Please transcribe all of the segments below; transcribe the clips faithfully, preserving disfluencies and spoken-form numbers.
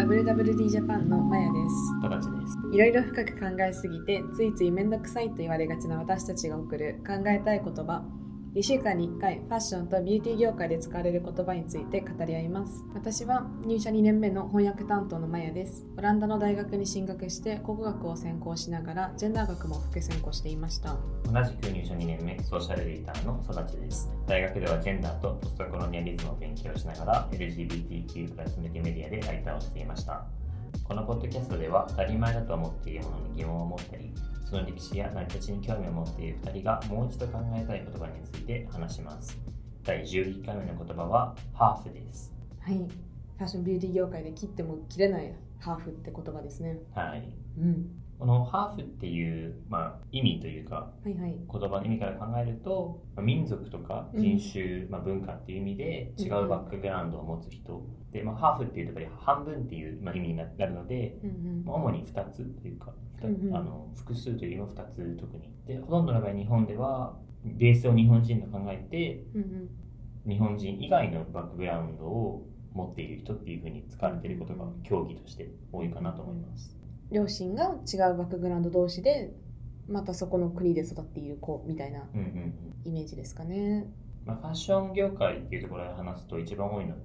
ダブリューダブリューディー ジャパンのマヤです。 ただちです。 いろいろ深く考えすぎてついついめんどくさいと言われがちな私たちが送る考えたい言葉。いっしゅうかんにいっかいファッションとビューティー業界で使われる言葉について語り合います。私は入社にねんめの翻訳担当のマヤです。オランダの大学に進学して国語学を専攻しながらジェンダー学も副専攻していました。 同じく入社にねんめソーシャルエディターの育ちです。大学ではジェンダーとポストコロニアリズムを勉強しながら エルジービーティーキュー プラス向けメディアでライターをしていました。このポッドキャストでは当たり前だと思っているものに疑問を持ったり、その歴史や成り立ちに興味を持っているふたりがもう一度考えたい言葉について話します。だいじゅういっかいめの言葉はハーフです。 はい、ファッションビューティー業界で切っても切れないハーフって言葉ですね。 はい、 うん、 このハーフっていう、まあ、意味というか、 はいはい、 言葉の意味から考えると、まあ、民族とか人種、うんまあ、文化っていう意味で違うバックグラウンドを持つ人、うん、で、まあ、ハーフっていうとやっぱり半分っていう、まあ、意味になるので、うんうんまあ、主にふたつというか、うんうん、あの複数というよりもふたつ特にで、ほとんどの場合日本ではベースを日本人と考えて、うんうん、日本人以外のバックグラウンドを持っている人っていうふうに使われていることが競技として多いかなと思います。 両親が違うバックグラウンド同士でまたそこの国で育っている子みたいなイメージですかね。うんうんうんまあ、ファッション業界っていうところで話すと一番多いのって、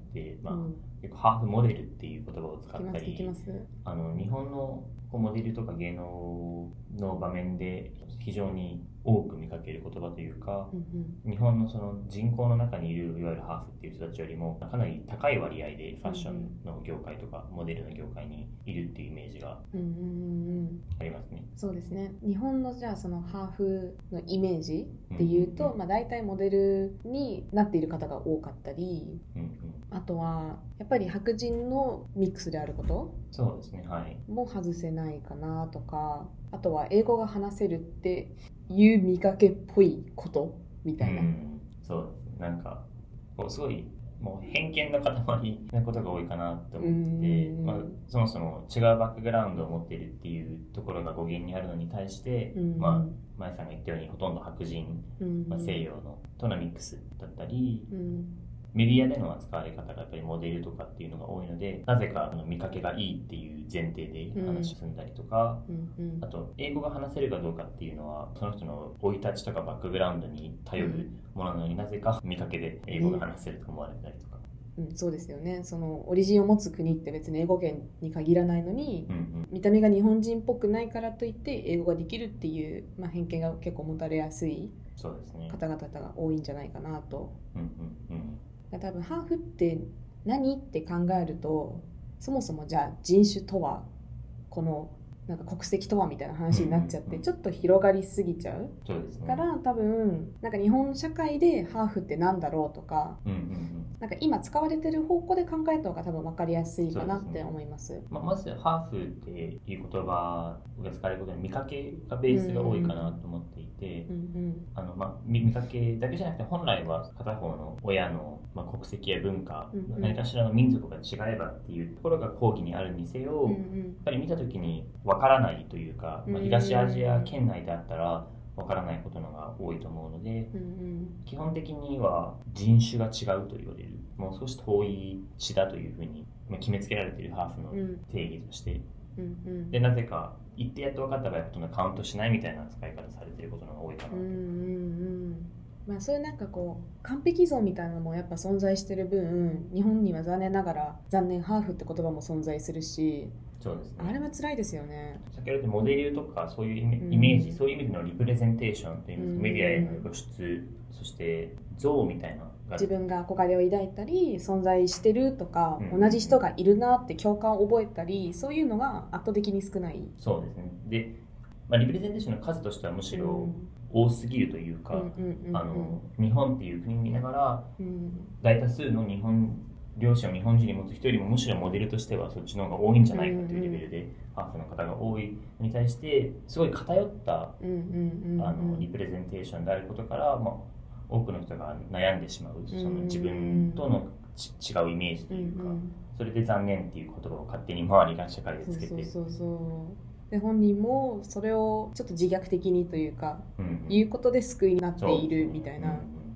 まあうん、結構ハーフモデルっていう言葉を使ったり、あの日本のモデルとか芸能の場面で非常に多く見かける言葉というか、うんうん、日本のその人口の中にいるいわゆるハーフっていう人たちよりもかなり高い割合でファッションの業界とかモデルの業界にいるっていうイメージがありますね。 うんうんうん、そうですね。日本のじゃあそのハーフのイメージっていうと、うんうんうんまあ、大体モデルになっている方が多かったり、うんうん、あとはやっぱり白人のミックスであることそうですね、はい、 も外せないかなとか、あとは英語が話せるっていう見かけっぽいことみたいな、うん、 そうですね。なんかこうすごいもう偏見の塊なことが多いかなと思ってて、まあ、そもそも違うバックグラウンドを持っているっていうところが語源にあるのに対して、うんまあ、前さんが言ったようにほとんど白人、うんまあ、西洋のとのミックスだったり、うんメディアでの扱われ方がやっぱりモデルとかっていうのが多いので、なぜかあの見かけがいいっていう前提で話進んだりとか、うんうんうん、あと英語が話せるかどうかっていうのはその人の生い立ちとかバックグラウンドに頼るものなのに、なぜか見かけで英語が話せると思われたりとか、 うんうん、そうですよね。そのオリジンを持つ国って別に英語圏に限らないのに、うんうん、見た目が日本人っぽくないからといって英語ができるっていう、まあ、偏見が結構持たれやすい方々が多いんじゃないかなと。うんうんうん多分ハーフって何って考えると、そもそもじゃあ人種とはこのなんか国籍とはみたいな話になっちゃって、うんうんうん、ちょっと広がりすぎちゃう、そうですね、から多分なんか日本社会でハーフってなんだろうとか、うんうんうん、なんか今使われてる方向で考えた方が多分分かりやすいかなって思います。 そうですね。まあ、まずハーフっていう言葉が使われることに見かけがベースが多いかなと思っていて、うんうん、あのまあ、見かけだけじゃなくて本来は片方の親のまあ国籍や文化、うんうん、何かしらの民族が違えばっていうところが講義にあるにせよ、うんうん、やっぱり見た時に分からないというか、まあ、東アジア圏内であったら分からないことのが多いと思うので、うんうん、基本的には人種が違うと言われるもう少し遠い血だというふうに決めつけられているハーフの定義として、うんうんうん、でなぜか言ってやっと分かった場合ほとんどカウントしないみたいな使い方されていることのが多いかなと、うんうんうんまあ、そういうなんかこう完璧像みたいなのもやっぱ存在してる分、日本には残念ながら残念ハーフって言葉も存在するし、 そうですね、 あれは辛いですよね。 先ほどモデルとかそういうイメージ、うん、そういう意味でのリプレゼンテーションといいますか、うん、メディアへの露出、そして像みたいな自分が憧れを抱いたり存在してるとか、うん、同じ人がいるなって共感を覚えたり、そういうのが圧倒的に少ない。 そうですね。で、まあ、リプレゼンテーションの数としてはむしろ多すぎるというか、あの日本っていう国にいながら、うん、大多数の日本両親を日本人に持つ人よりもむしろモデルとしてはそっちの方が多いんじゃないかというレベルで、うんうん、ハーフの方が多いのに対してすごい偏った、うんうんうん、あのリプレゼンテーションであることから、まあ、多くの人が悩んでしまう、その自分とのち違うイメージというか、うんうん、それで残念っていう言葉を勝手に周りが社会でつけて、 そうそうそうそうで本人もそれをちょっと自虐的にというか、うんうん、いうことで救いになっているみたいなと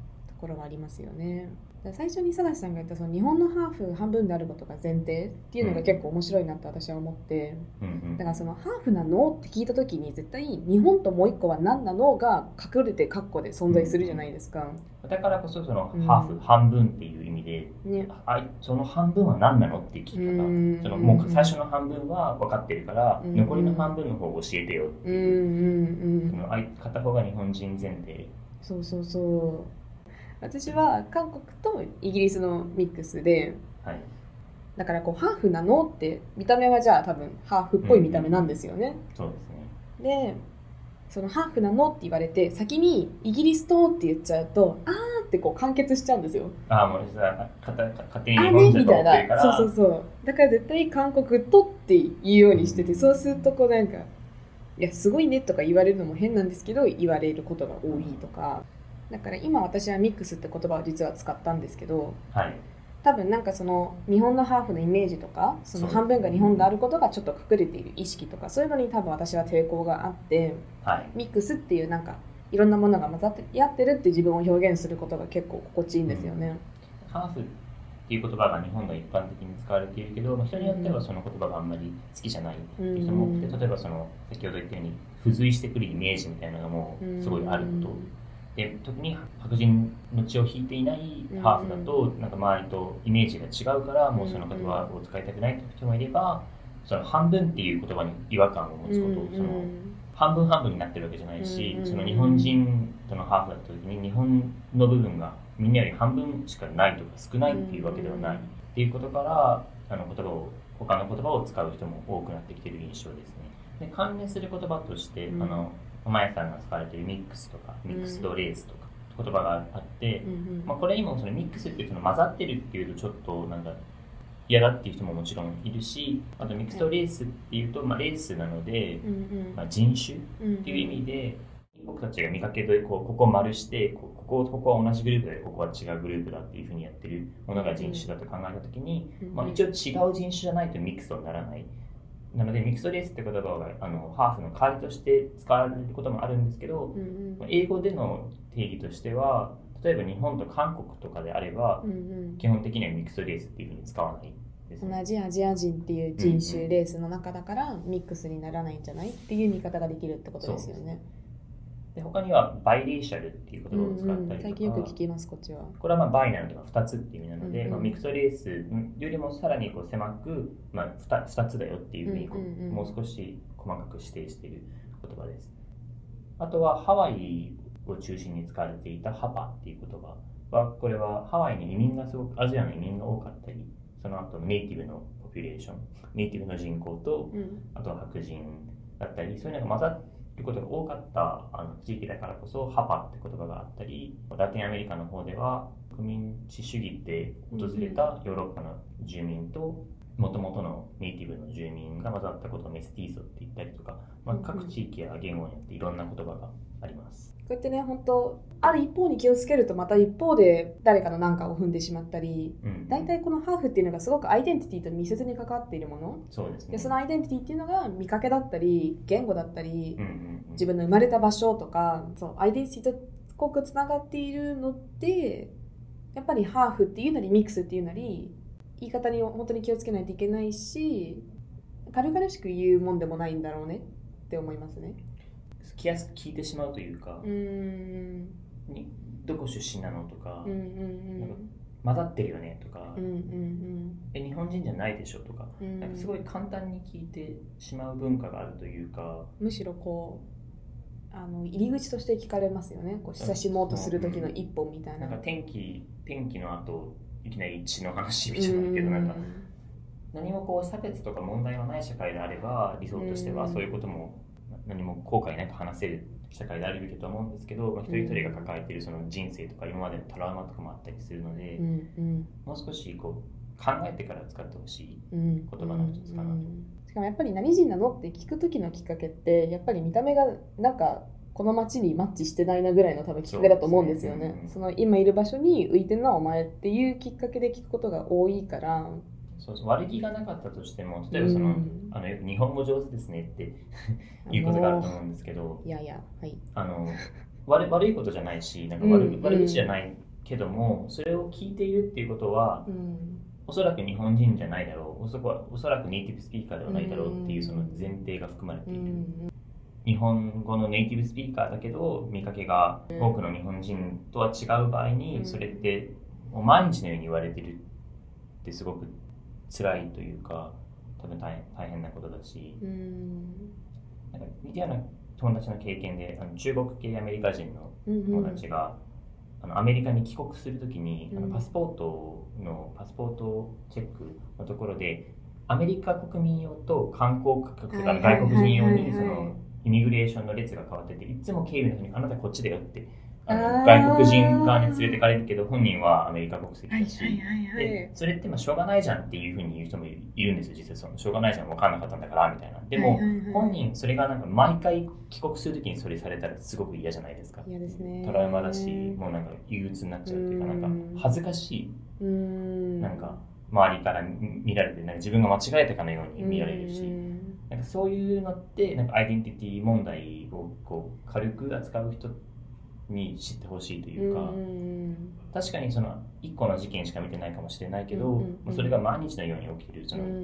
ころがありますよね。最初に貞さんが言ったその日本のハーフ半分であることが前提っていうのが結構面白いなって私は思って、うん、だからそのハーフなのって聞いた時に絶対日本ともう一個は何なのが隠れてカッコで存在するじゃないですか、 うん、だからこそそのハーフ、うん、半分っていう意味で、ね、あその半分は何なのっていう聞き方、うん、そのもう最初の半分は分かってるから、うん、残りの半分の方を教えてよっていう、うんうん、その片方が日本人前提。 そうそうそう。私は韓国とイギリスのミックスで、はい、だからこうハーフなのって見た目はじゃあ多分ハーフっぽい見た目なんですよね、 うん、そうですね。 でそのハーフなのって言われて先にイギリスとって言っちゃうとあーってこう完結しちゃうんですよ。 ああもうさ勝手に日本人とってるから、 そうそうそうだから絶対韓国とって言うようにしてて、うん、そうするとこうなんかいやすごいねとか言われるのも変なんですけど言われることが多いとか、だから今私はミックスって言葉を実は使ったんですけど、はい、多分なんかその日本のハーフのイメージとかその半分が日本であることがちょっと隠れている意識とかそういうのに多分私は抵抗があって、はい、ミックスっていうなんかいろんなものが混ざってやってるって自分を表現することが結構心地いいんですよね、 うん、ハーフっていう言葉が日本が一般的に使われているけど、人によってはその言葉があんまり好きじゃないっていう人も多くて、うん、例えばその先ほど言ったように付随してくるイメージみたいなのもすごいあること、うんで特に白人の血を引いていないハーフだと、うん、なんか周りとイメージが違うからもうその言葉を使いたくないという人もいれば、その半分っていう言葉に違和感を持つこと、うん、その半分半分になってるわけじゃないし、うん、その日本人とのハーフだった時に日本の部分がみんなより半分しかないとか少ないっていうわけではないっていうことからあの言葉を他の言葉を使う人も多くなってきている印象ですね。で関連する言葉として、うん、あのマヤさんが使われているミックスとかミックスドレースとか言葉があって、うんうんまあ、これ今そのミックスっていうその混ざってるっていうとちょっとなんか嫌だっていう人ももちろんいるし、あとミックスドレースっていうと、まあ、レースなので、うんうんまあ、人種っていう意味で、うんうん、僕たちが見かけでこうここを丸してここここは同じグループでここは違うグループだっていうふうにやってるものが人種だと考えたときに、うんうんまあ、一応違う人種じゃないとミックスにならない。なのでミックスドレースって言葉があのハーフの代わりとして使われることもあるんですけど、うんうん、英語での定義としては例えば日本と韓国とかであれば、うんうん、基本的にはミックスドレースっていうふうに使わないですね。 同じアジア人っていう人種、うんうん、レースの中だからミックスにならないんじゃないっていう見方ができるってことですよね。 で他にはバイレーシャルっていう言葉を使ったりとか、うんうん、最近よく聞きますこっちは。 これはまあバイなのでふたつっていう意味なので、うんうんまあ、ミックスドレースよりもさらにこう狭く、まあ、2, 2つだよっていうふうにこう、うんうんうん、もう少し細かく指定している言葉です。あとはハワイを中心に使われていたハパっていう言葉はこれはハワイに移民がすごくアジアの移民が多かったり、その後ネイティブのポピュレーションネイティブの人口と、うん、あとは白人だったりそういうのが混ざっていうことが多かったあの地域だからこそハパって言葉があったり、ラテンアメリカの方では植民地主義で訪れたヨーロッパの住民ともともとのネイティブの住民が混ざったことをメスティーソって言ったりとか、まあ、各地域や言語によっていろんな言葉があります。 こうやってね本当ある一方に気をつけるとまた一方で誰かの何かを踏んでしまったり、うん、大体このハーフっていうのがすごくアイデンティティと密接に関わっているもの。 そうですね。 でそのアイデンティティっていうのが見かけだったり言語だったり、うんうんうん、自分の生まれた場所とかそうアイデンティティと濃くつながっているのでやっぱりハーフっていうなりミックスっていうなり言い方に本当に気をつけないといけないし軽々しく言うもんでもないんだろうねって思いますね。 気安く聞いてしまうというか、うーんにどこ出身なのとか、うんうんうん、なんか混ざってるよねとか、うんうんうん、え日本人じゃないでしょとか、うん、なんかすごい簡単に聞いてしまう文化があるというか、 むしろこうあの入り口として聞かれますよね。こう親しもうとする時の一本みたいな。 なんか天気天気の後いきなり血の話じゃないけど、なんか何もこう差別とか問題がない社会であれば理想としてはそういうことも何も後悔なく話せる社会であるべきと思うんですけど、まあ、一人一人が抱えているその人生とか今までのトラウマとかもあったりするので、うんうん、もう少しこう考えてから使ってほしい言葉の一つかなと、うんうん、 しかもやっぱり何人なのって聞く時のきっかけってやっぱり見た目がなんかこの街にマッチしてないなぐらいの多分きっかけだと思うんですよね。そ, ね、うん、その今いる場所に浮いてるのはお前っていうきっかけで聞くことが多いからそうそう悪気がなかったとしても例えばその、うん、あのよく日本語上手ですねっていうことがあると思うんですけどいやいや、はい、 あの 悪, 悪いことじゃないしなんか 悪,、うん、悪口じゃないけけども、それを聞いているっていうことは、うん、おそらく日本人じゃないだろう、おそらく、おそらくネイティブスピーカーではないだろうっていうその前提が含まれている、うん、日本語のネイティブスピーカーだけど見かけが多くの日本人とは違う場合に、それってもう毎日のように言われてるってすごく辛いというか、多分 大, 大変なことだし、うん、なんか似たような友達の経験で、あの中国系アメリカ人の友達が、うんうん、あのアメリカに帰国するときに、うん、あのパスポートのパスポートチェックのところでアメリカ国民用と観光客、はい、外国人用にそのイミグレーションの列が変わってて、いつも警備の人にあなたこっちだよってあの外国人側に連れてかれるけど本人はアメリカ国籍だし、はいはいはいはい、でそれってまあしょうがないじゃんっていうふうに言う人もいるんですよ。実際そのしょうがないじゃん分かんなかったんだからみたいな。でも、はいはいはい、本人それがなんか毎回帰国するときにそれされたらすごく嫌じゃないですか。 嫌ですね。 トラウマだし、もうなんか憂鬱になっちゃうっていうか、なんか恥ずかしい、うーんなんか周りから見られてなんか自分が間違えたかのように見られるし、なんかそういうのってなんかアイデンティティ問題をこう軽く扱う人に知ってほしいというか、うん、確かにそのいっこの事件しか見てないかもしれないけど、うんうん、それが毎日のように起きてるその、うん、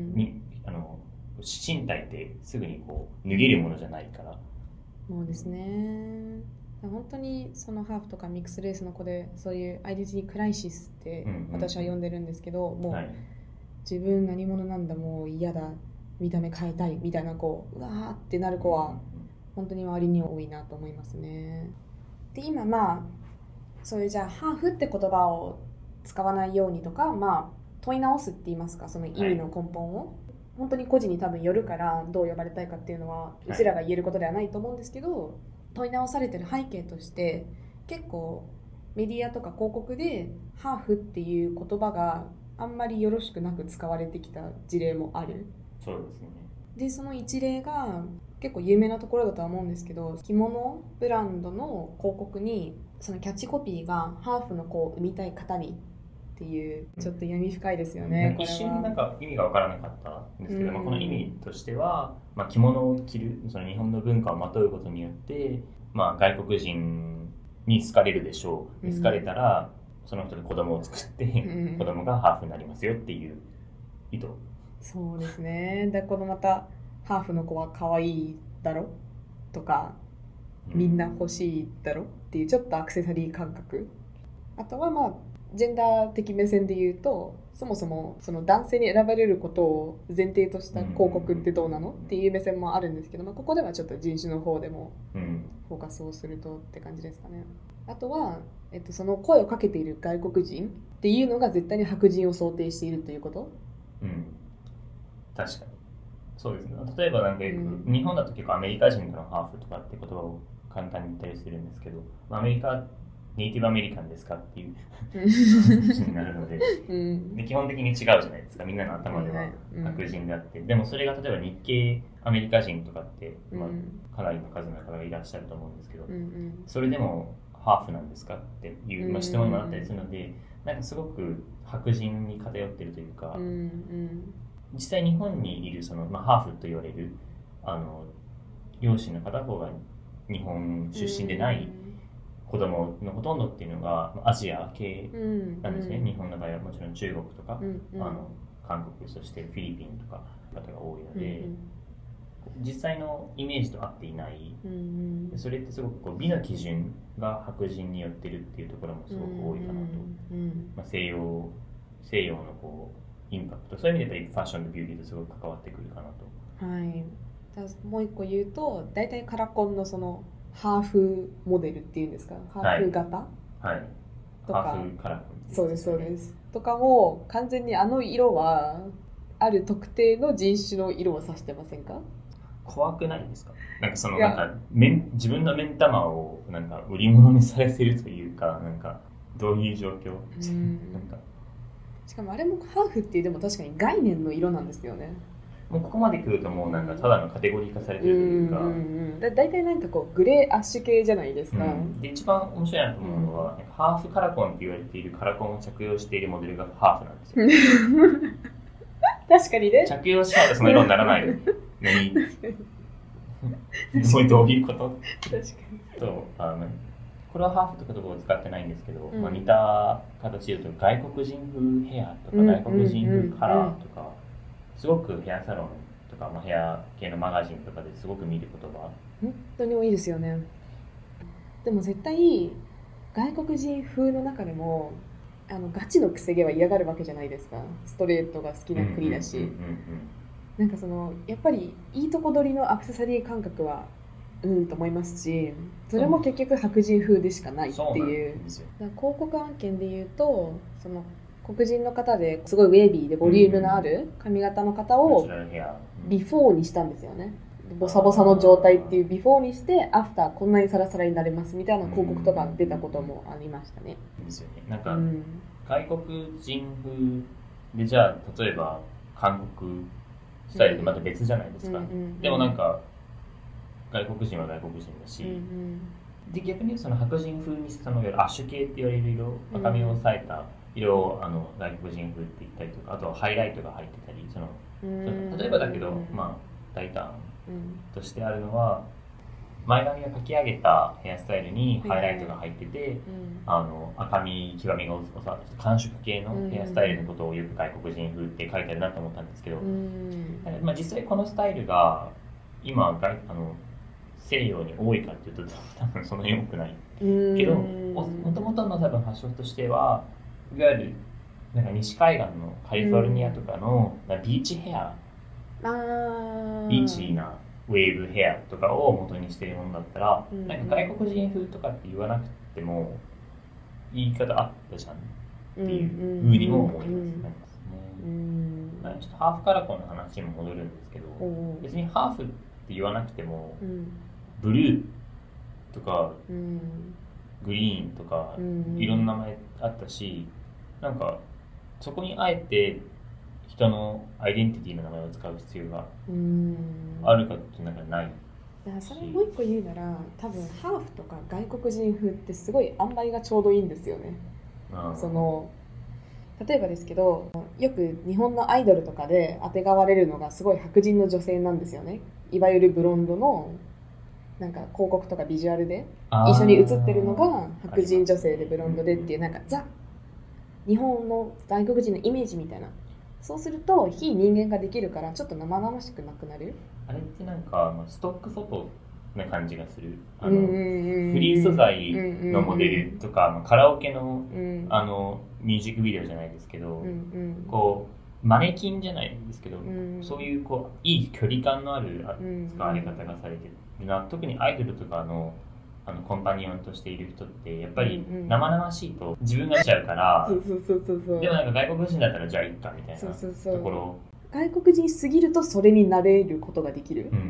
にあの身体ってすぐにこう脱げるものじゃないから。 そうですね。本当にそのハーフとかミックスレースの子でそういうアイデンティティクライシスって私は呼んでるんですけど、うんうん、もう、はい、自分何者なんだ、もう嫌だ、見た目変えたいみたいなこううわーってなる子は本当に周りに多いなと思いますね。で今まあそういうじゃあハーフって言葉を使わないようにとか、まあ問い直すって言いますか、その意味の根本を、はい、本当に個人に多分よるからどう呼ばれたいかっていうのはうちらが言えることではないと思うんですけど、はい、問い直されてる背景として結構メディアとか広告でハーフっていう言葉があんまりよろしくなく使われてきた事例もある。 そうですね。 でその一例が結構有名なところだとは思うんですけど、着物ブランドの広告にそのキャッチコピーがハーフの子を産みたい方にっていう、ちょっと闇深いですよね。 一瞬なんか意味が分からなかったんですけど、うんまあ、この意味としては、まあ、着物を着るその日本の文化をまとうことによって、まあ、外国人に好かれるでしょう。好かれたら、うん、その人で子供を作って、うん、子供がハーフになりますよっていう意図。 そうですね。でこのまたハーフの子は可愛いだろとか、みんな欲しいだろっていうちょっとアクセサリー感覚。あとはまあジェンダー的目線で言うと、そもそもその男性に選ばれることを前提とした広告ってどうなのっていう目線もあるんですけど、まあ、ここではちょっと人種の方でもフォーカスをするとって感じですかね。あとは、えっと、その声をかけている外国人っていうのが絶対に白人を想定しているということ。 うん、確かにそうですね。例えばなんか、うん、日本だと結構アメリカ人のハーフとかって言葉を簡単に言ったりするんですけど、アメリカネイティブアメリカンですかっていう話になるので、うん、で基本的に違うじゃないですか。みんなの頭では白人であって、うん、でもそれが例えば日系アメリカ人とかって、まあ、かなりの数の方がいらっしゃると思うんですけど、うんうん、それでもハーフなんですかっていう、まあ、質問にもなったりするので、なんかすごく白人に偏ってるというか、うんうん、実際日本にいるその、まあ、ハーフと言われるあの両親の片方が日本出身でない、うん子供のほとんどっていうのがアジア系なんですね、うんうん、日本の場合はもちろん中国とか、うんうん、あの韓国、そしてフィリピンとか方が多いので、うんうん、実際のイメージと合っていない、うんうん、それってすごくこう美の基準が白人によってるっていうところもすごく多いかなと、うんうんまあ、西洋西洋のこうインパクト、そういう意味でやっぱりファッションとビューティーとすごく関わってくるかなと。 はい、もう一個言うと、大体カラコンのそのハーフモデルっていうんですか、ハーフ型、 はいはい、とか、ハーフカラコン、 そうですそうですとかも完全にあの色はある特定の人種の色を指してませんか？ 怖くないですか？なんかそのなんか自分の目ん玉をなんか売り物にされてるというか、なんかどういう状況？うんなんかしかもあれもハーフっていうでも確かに概念の色なんですよね。 もうここまで来るともうなんかただのカテゴリー化されてるというか、うんうんうん、 だ大体なんかこうグレーアッシュ系じゃないですか、うん、 で一番面白いなと思うのは、うん、ハーフカラコンって言われているカラコンを着用しているモデルがハーフなんですよ確かにね、 着用しないとその色にならないのにどういうこと？ 確かにとあのこれはハーフとかとかを使ってないんですけど、うんまあ、似た形で言うと外国人風ヘアとか、うん、外国人風カラーとか、うんうんうん、すごくヘアサロンとか、まあ、ヘア系のマガジンとかですごく見る言葉本当に多いですよね。でも絶対外国人風の中でもあのガチのくせ毛は嫌がるわけじゃないですか。ストレートが好きな国だし、うんうんうんうん、なんかそのやっぱりいいとこ取りのアクセサリー感覚はうんと思いますし、それも結局白人風でしかないっていう。だから広告案件でいうとその黒人の方ですごいウェービーでボリュームのある髪型の方をビフォーにしたんですよね。ボサボサの状態っていうビフォーにしてアフターこんなにサラサラになれますみたいな広告とか出たこともありましたね。 ですよね。なんか、うん、外国人風でじゃあ例えば韓国スタイルってまた別じゃないですか、うんうんうん、でもなんか外国人は外国人だし、うんうん、で逆にその白人風にそのアッシュ系って言われる色、赤みを抑えた色をあの外国人風って言ったりとか、あとはハイライトが入ってたり、その、うん、例えばだけど、まあ大胆としてあるのは、前髪をかき上げたヘアスタイルにハイライトが入ってて、はいはい、あの赤み極みが抑わった寒色系のヘアスタイルのことをよく外国人風って書いてあるなと思ったんですけど、うん、まあ、実際このスタイルが今あの西洋に多いかっていうと多分そんなに多くないけど、もともとの多分発祥としてはいわゆるなんか西海岸のカリフォルニアとかのビーチヘア、ビーチーなウェーブヘアとかを元にしているものだったら、うん、なんか外国人風とかって言わなくても言い方あったじゃんっていうふうにも思いますね。うん、ちょっとハーフカラコンの話にも戻るんですけど、うん、別にハーフって言わなくても、うん、ブルーとか、うん、グリーンとか、うん、いろんな名前あったし、なんかそこにあえて人のアイデンティティの名前を使う必要があるかってなんかない。 いや、それもう一個言うなら多分ハーフとか外国人風ってすごい塩梅がちょうどいいんですよね。その例えばですけど、よく日本のアイドルとかで当てがわれるのがすごい白人の女性なんですよね。いわゆるブロンドのなんか広告とかビジュアルで一緒に写ってるのが白人女性でブロンドでっていう、なんかザ日本の外国人のイメージみたいな。そうすると非人間ができるからちょっと生々しくなくなる。 あれってなんかストックフォトな感じがする。あのフリー素材のモデルとか、カラオケの、あのミュージックビデオじゃないですけど、こうマネキンじゃないですけど、そういうこういい距離感のある使われ方がされてるな。特にアイドルとかのあのコンパニオンとしている人ってやっぱり生々しいと自分がしちゃうから、でもなんか外国人だったらじゃあいっかみたいなところ。そうそうそう外国人すぎるとそれになれることができる、うんうんうん、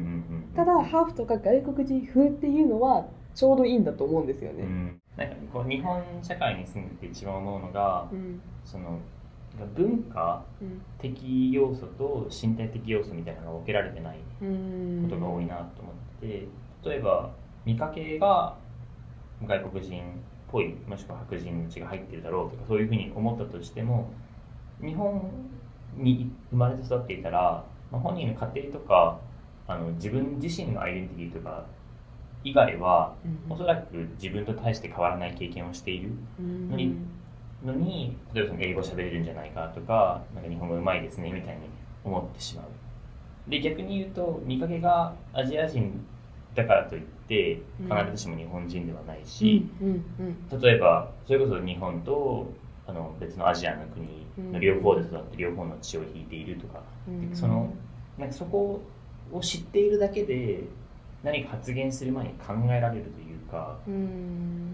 ただハーフとか外国人風っていうのはちょうどいいんだと思うんですよね、うん、 なんかこう日本社会に住んでて一番思うのが、うん、その文化的要素と身体的要素みたいなのが分けられてないことが多いなと思ってて、例えば見かけが外国人っぽいもしくは白人の血が入ってるだろうとかそういうふうに思ったとしても、日本に生まれて育っていたら、まあ、本人の家庭とかあの自分自身のアイデンティティとか以外は、うん、おそらく自分と対して変わらない経験をしているのに、うん、のに例えばその英語喋れるんじゃないかとか、なんか日本語うまいですねみたいに思ってしまう。で逆に言うと見かけがアジア人だからといって必ずしも日本人ではないし、うんうんうん、例えばそれこそ日本とあの別のアジアの国の両方で育って両方の血を引いているとか、うん、そのなんかそこを知っているだけで何か発言する前に考えられるというか、うん、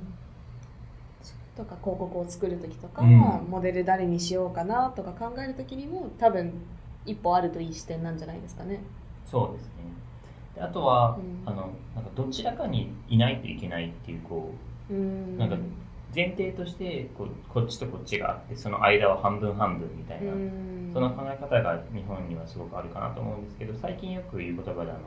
とか広告を作るときとか、うん、モデル誰にしようかなとか考えるときにも多分一歩あるといい視点なんじゃないですかね。 そうですね。であとは、うん、あのなんかどちらかにいないといけないっていうこう、うん、なんか前提としてこうこっちとこっちがあってその間は半分半分みたいな、うん、その考え方が日本にはすごくあるかなと思うんですけど、最近よく言う言葉であの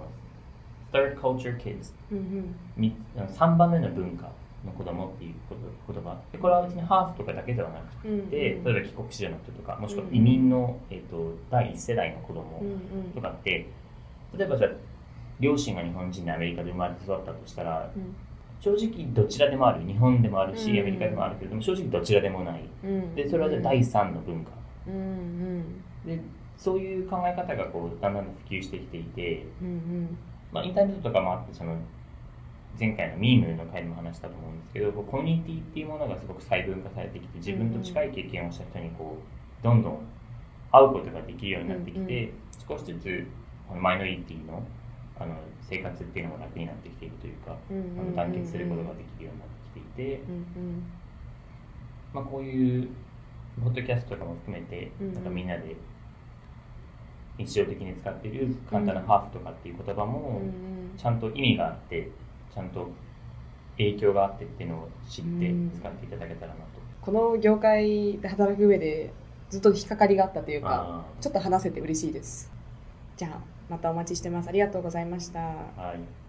Third Culture Kids、うんうん、さんばんめの文化の子供っていう言葉で、これは別にハーフとかだけではなくて、うんうん、例えば帰国子女の人とかもしくは移民の、えー、と第一世代の子供とかって、例えばじゃあ両親が日本人でアメリカで生まれて育ったとしたら、うん、 正直どちらでもある、日本でもあるし、うん、アメリカでもあるけれども、正直どちらでもない、うん、でそれはだいさんの文化、うんうん、でそういう考え方がこうだんだん普及してきていて、うんうんまあ、インターネットとかもあって、その前回のミームの回でも話したと思うんですけど、コミュニティっていうものがすごく細分化されてきて、自分と近い経験をした人にこうどんどん会うことができるようになってきて、うんうん、少しずつマイノリティのあの生活っていうのも楽になってきているというか、うんうんうんうん、あの団結することができるようになってきていて、うんうんまあ、こういうポッドキャストとかも含めて、うんうん、なんかみんなで日常的に使っている簡単なハーフとかっていう言葉もちゃんと意味があって、ちゃんと影響があってっていうのを知って使っていただけたらなと。 この業界で働く上でずっと引っかかりがあったというか、ちょっと話せて嬉しいです。じゃあまたお待ちしてます。ありがとうございました。 はい。